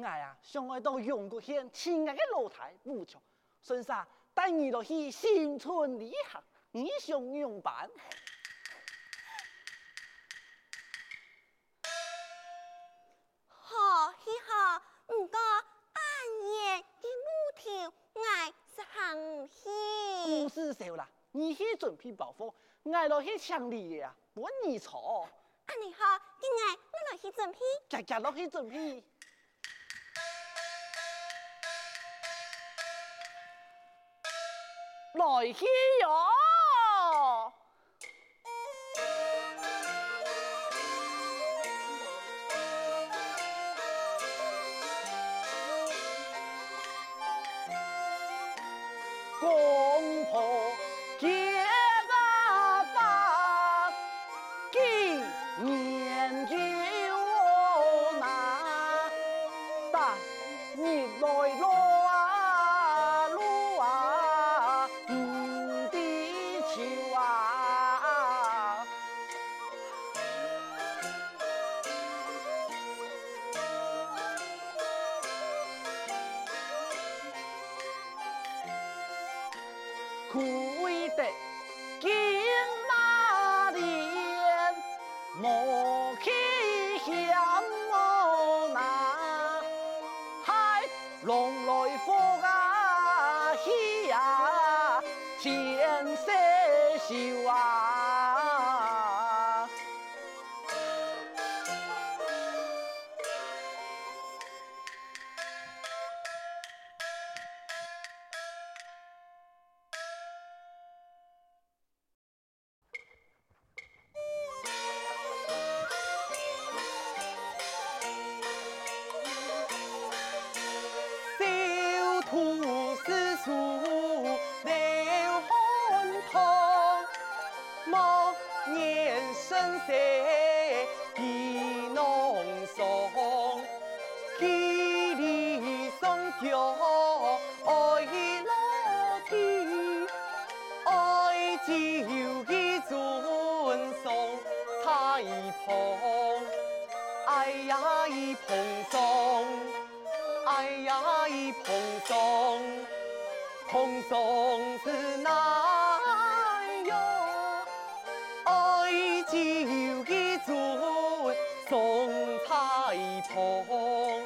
爱啊，想爱到永国县亲爱的老太不错，顺啥带你落去新村旅行，你想用办？ 好，嘻哈，不过俺爷的母亲爱是行去。 不是少啦，你去准备包袱，爱落去乡里呀，不你错。 安尼好，今日我来去准备。 家落去准备。来去哟！公婆结巴巴，今年就拿，但你来路啊路啊，唔地球啊！苦的金马莲，莫去想莫拿，海龙来福啊喜啊，千世寿啊！小兔子树留红汤，莫念生死意浓松，几里松脚爱老天，爱酒一尊送彩棚，哎呀一蓬松。哎呀，一蓬松，蓬松是哪哟？爱酒一樽送彩棚，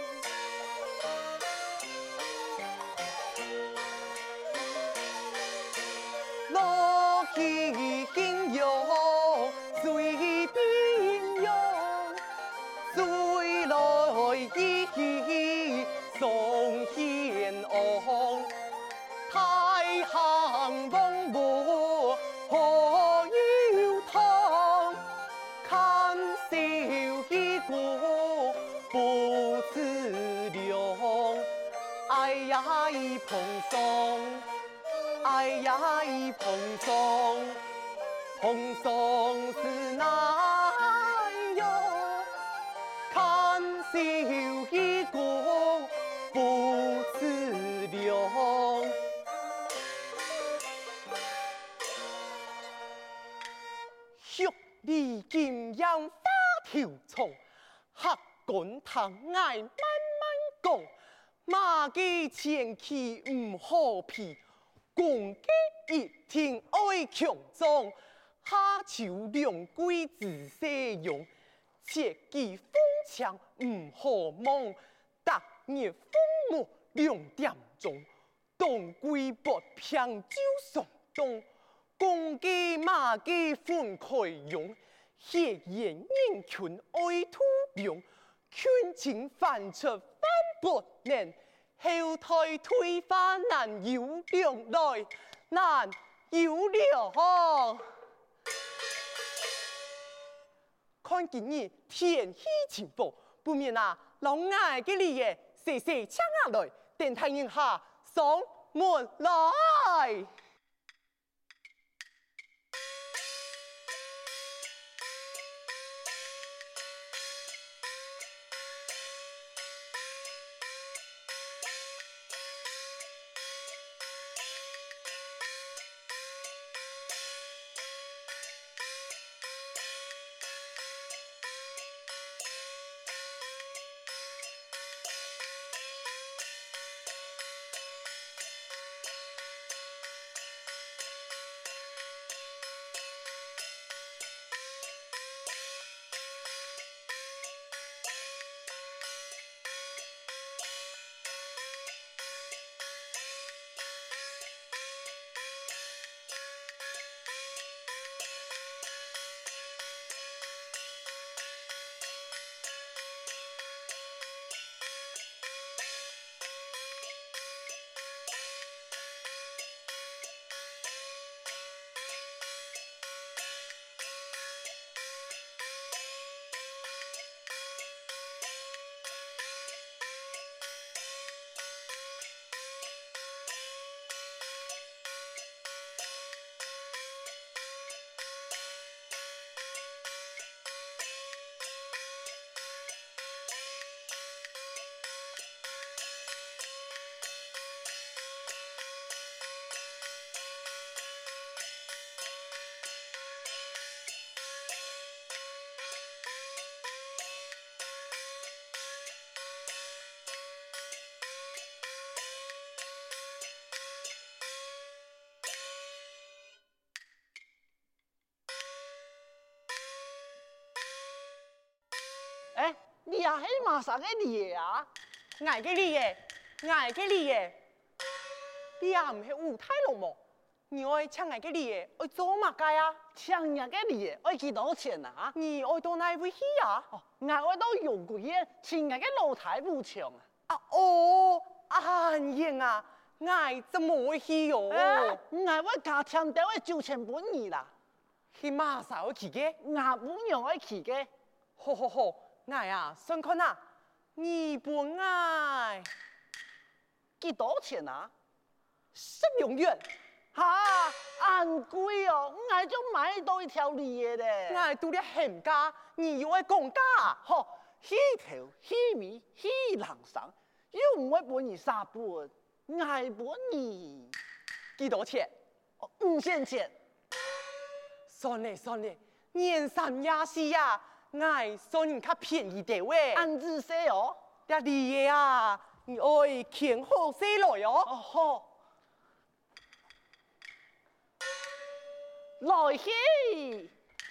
落去应用随便用，随来意。送献昂，太行风波何有汤？看笑一个不自量。哎呀一蓬松，哎呀一蓬松，蓬松是哪哟？看笑一个不自量。玉里金阳花头丛，黑滚藤爱慢慢讲。马基前期唔好皮，公鸡一定爱强壮。下秋两龟自西用，切忌风强唔好梦。达日风木2点钟，东归北平就上东。公鸡马鸡分开用，血缘人群爱土量。群情反出反不能，后台推翻难有量来，难有量。看今日天气情况，不免老爱嘅你嘅细细抢下来，电太阳下上门来。 你也係馬上嘅你啊？ 捱嘅你嘅，捱嘅你嘅，你也唔係烏太郎麼？你愛搶捱嘅你嘅，愛做乜嘅啊？ 搶人嘅你，愛幾多錢啊？ 你愛到哪位去啊？ 哦，我愛到用過嘅，請人嘅老太母搶啊！ 啊哦，安英啊，捱怎麼會去哦？ 我家庭都係9000本啦， 去馬上去嘅， 我唔用愛去嘅。 好好好，捱啊，先看啊，日本捱幾多錢啊 ？10元。 嚇，昂貴哦！我就買到一條魚嘅咧。 捱到啲嫌價，你又愛講價？ 嗬，起頭起尾起人生，又唔會本你3本，我本你幾多錢 ？5仙錢。 算咧算咧，年三廿四呀，捱算你較便宜啲喂。 按字寫哦。 呀你嘅啊，你愛填好寫來哦。 哦好。來去。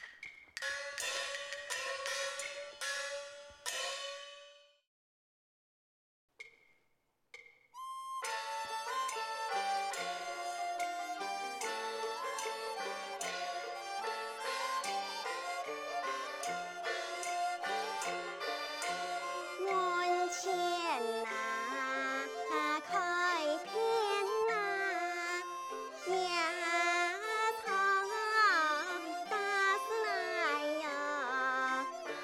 門前啊，開遍啊，野草發來呀，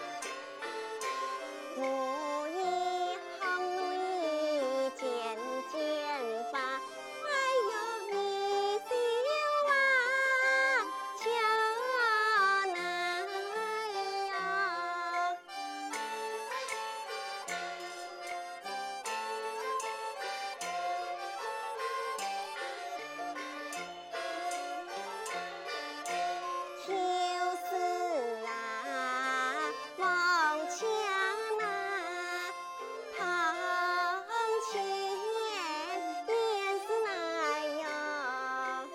無意紅雨漸漸發，還有一笑啊，橋來呀。就是啊，往前啊，堂前便是那呀，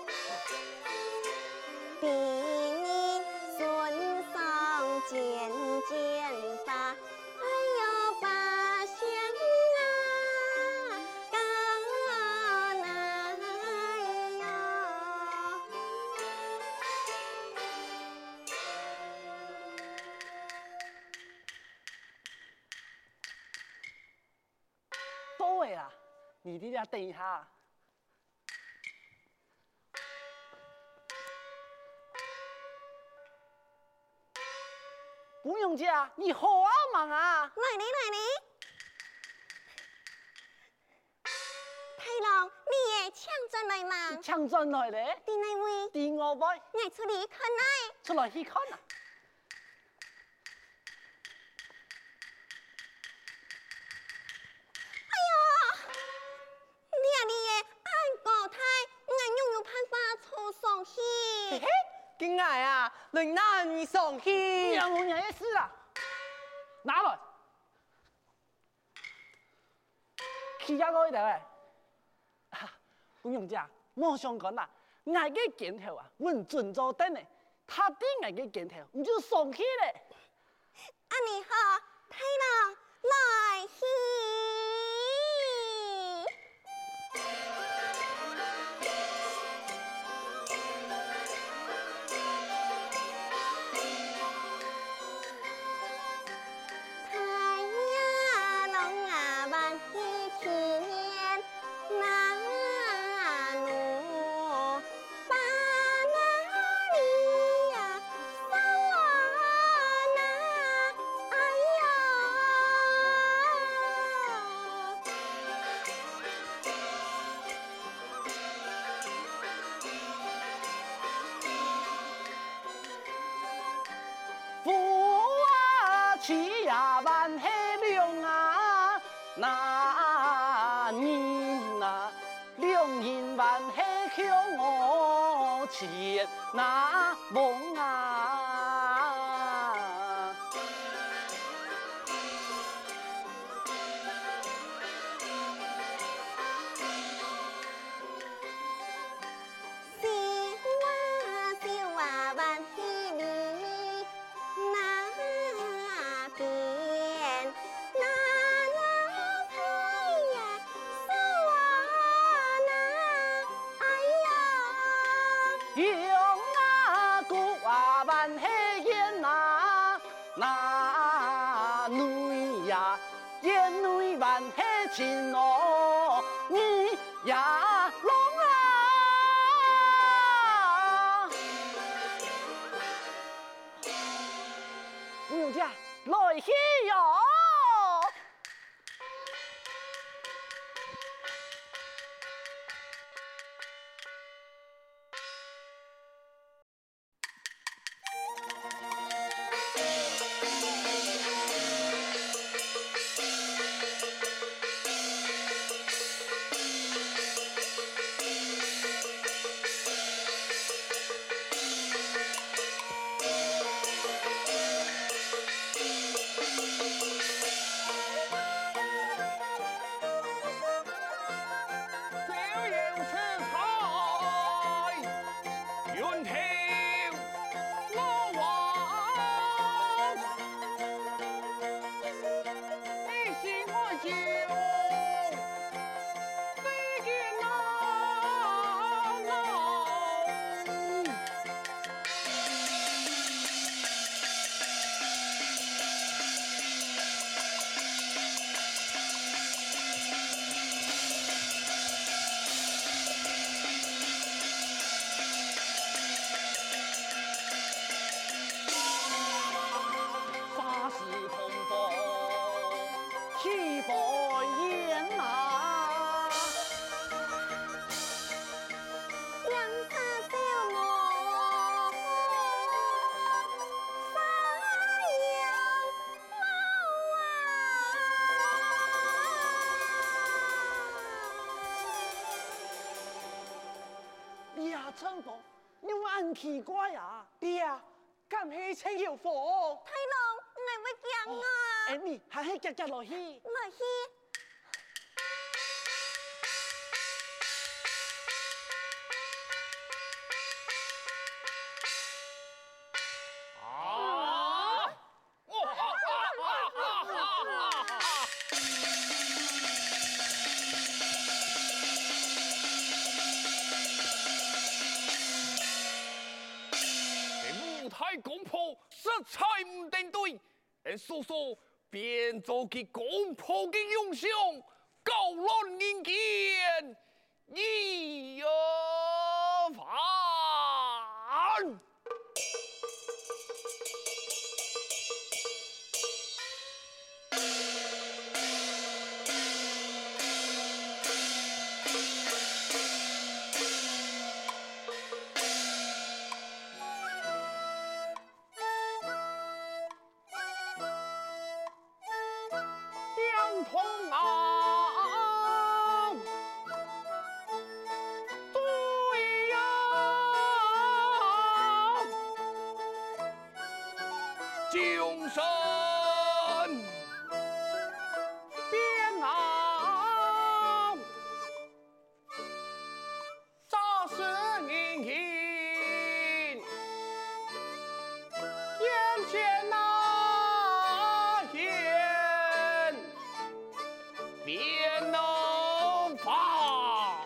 比你손上渐渐发，还有八仙啊，高来呀。 到位啦，你哋呀等一下。不用姐啊，你好啊忙啊！ 來哩，太郎，你也搶進來嘛？ 搶進來咧， 第哪位？ 第我位， 我出嚟看來。 出來去看啊！ 你嘅安國泰，我擁有辦法湊上去。 嘿嘿，驚捱啊，輪到你上去。 讓我嘢事啊，拿來，去下嗰度咧。不用姐，莫想講啦，我嘅鏡頭啊，穩準做得呢，他啲我嘅鏡頭，唔就上去咧。 啊，你好，太郎，來去。太呀，龍啊，萬一天，那路把那里呀，掃啊那，哎父啊，妻呀，万黑亮啊，那年呐，兩人萬黑向我前那夢啊。 笑啊笑啊，萬喜里那邊眼内万黑情哦，你呀龙啊！吴永嘉，来去哟！陈伯，你很奇怪啊！ 爹，敢是青有风？ 太郎，我会讲啊！ 哎，你还是夹夹落去。 落去。 太公婆实在唔定对，连叔叔变做佢公婆嘅英雄，高论人间，一番。同啊，对呀，精神变啊，杀死人心，眼前呐。便能发。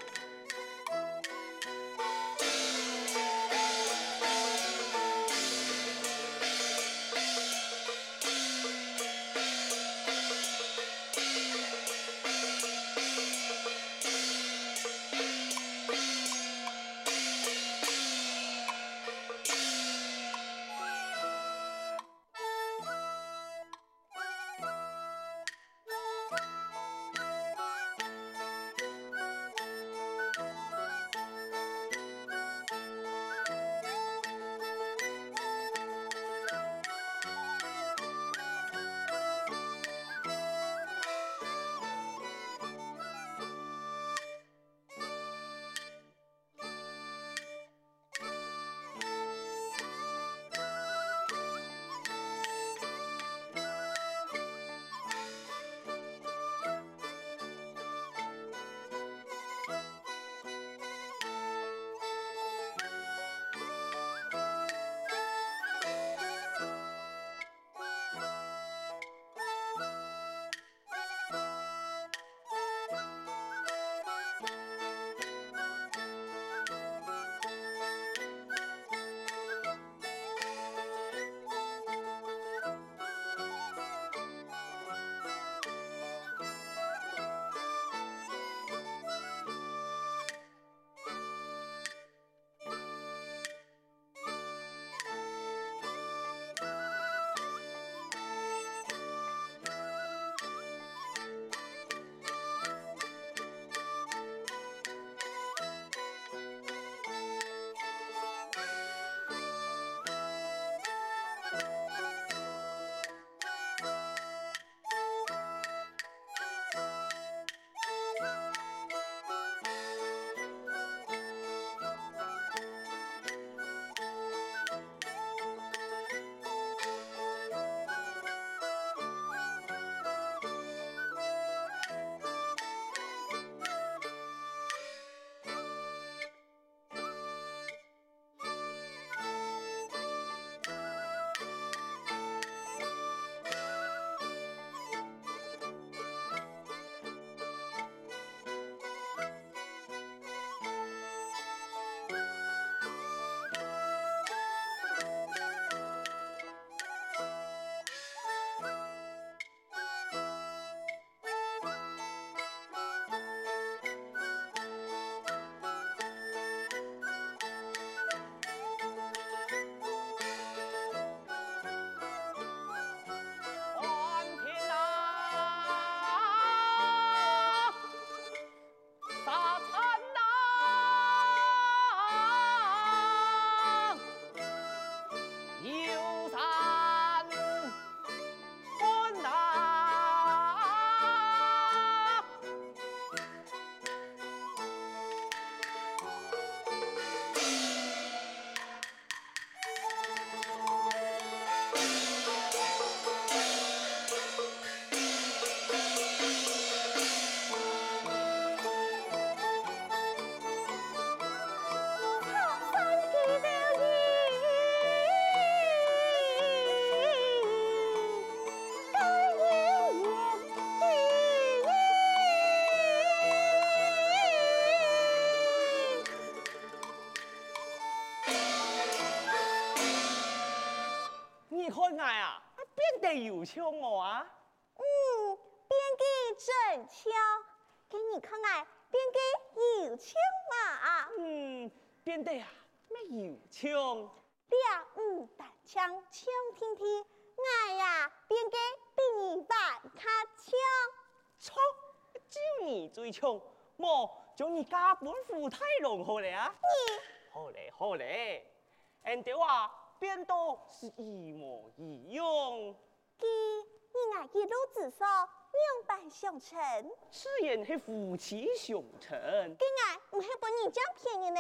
爱啊，变得有枪我啊！ 变给真巧，给你看爱变给有枪啊！ 变得啊，没有枪。 俩单枪枪听听，爱呀变给比你玩卡枪。 错，就你最强，莫将你家本富太浓好了啊！好嘞，好嘞，俺对话变都是一模一样。 你爱一路子说两败相成， 此言是夫妻相称。 给爱唔系把你占便宜呢。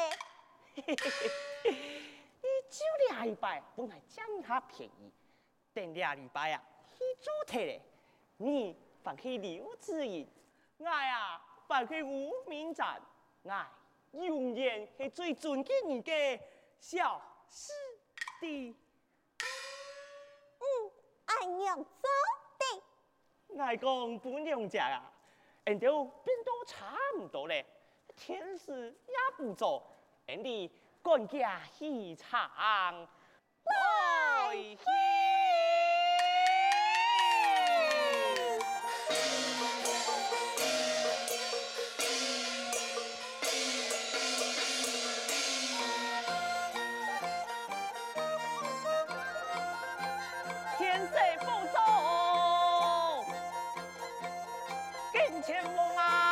你就俩礼拜本来占他便宜，等俩礼拜啊，去主题嘞，你放去刘志颖，我啊放去吴明展，我永远是最尊敬你的小师弟。 俺娘走的， 我讲不娘家啊，俺就变都差不多嘞，天时也不做，俺哋赶家去唱。来去。天色不早，跟前往啊！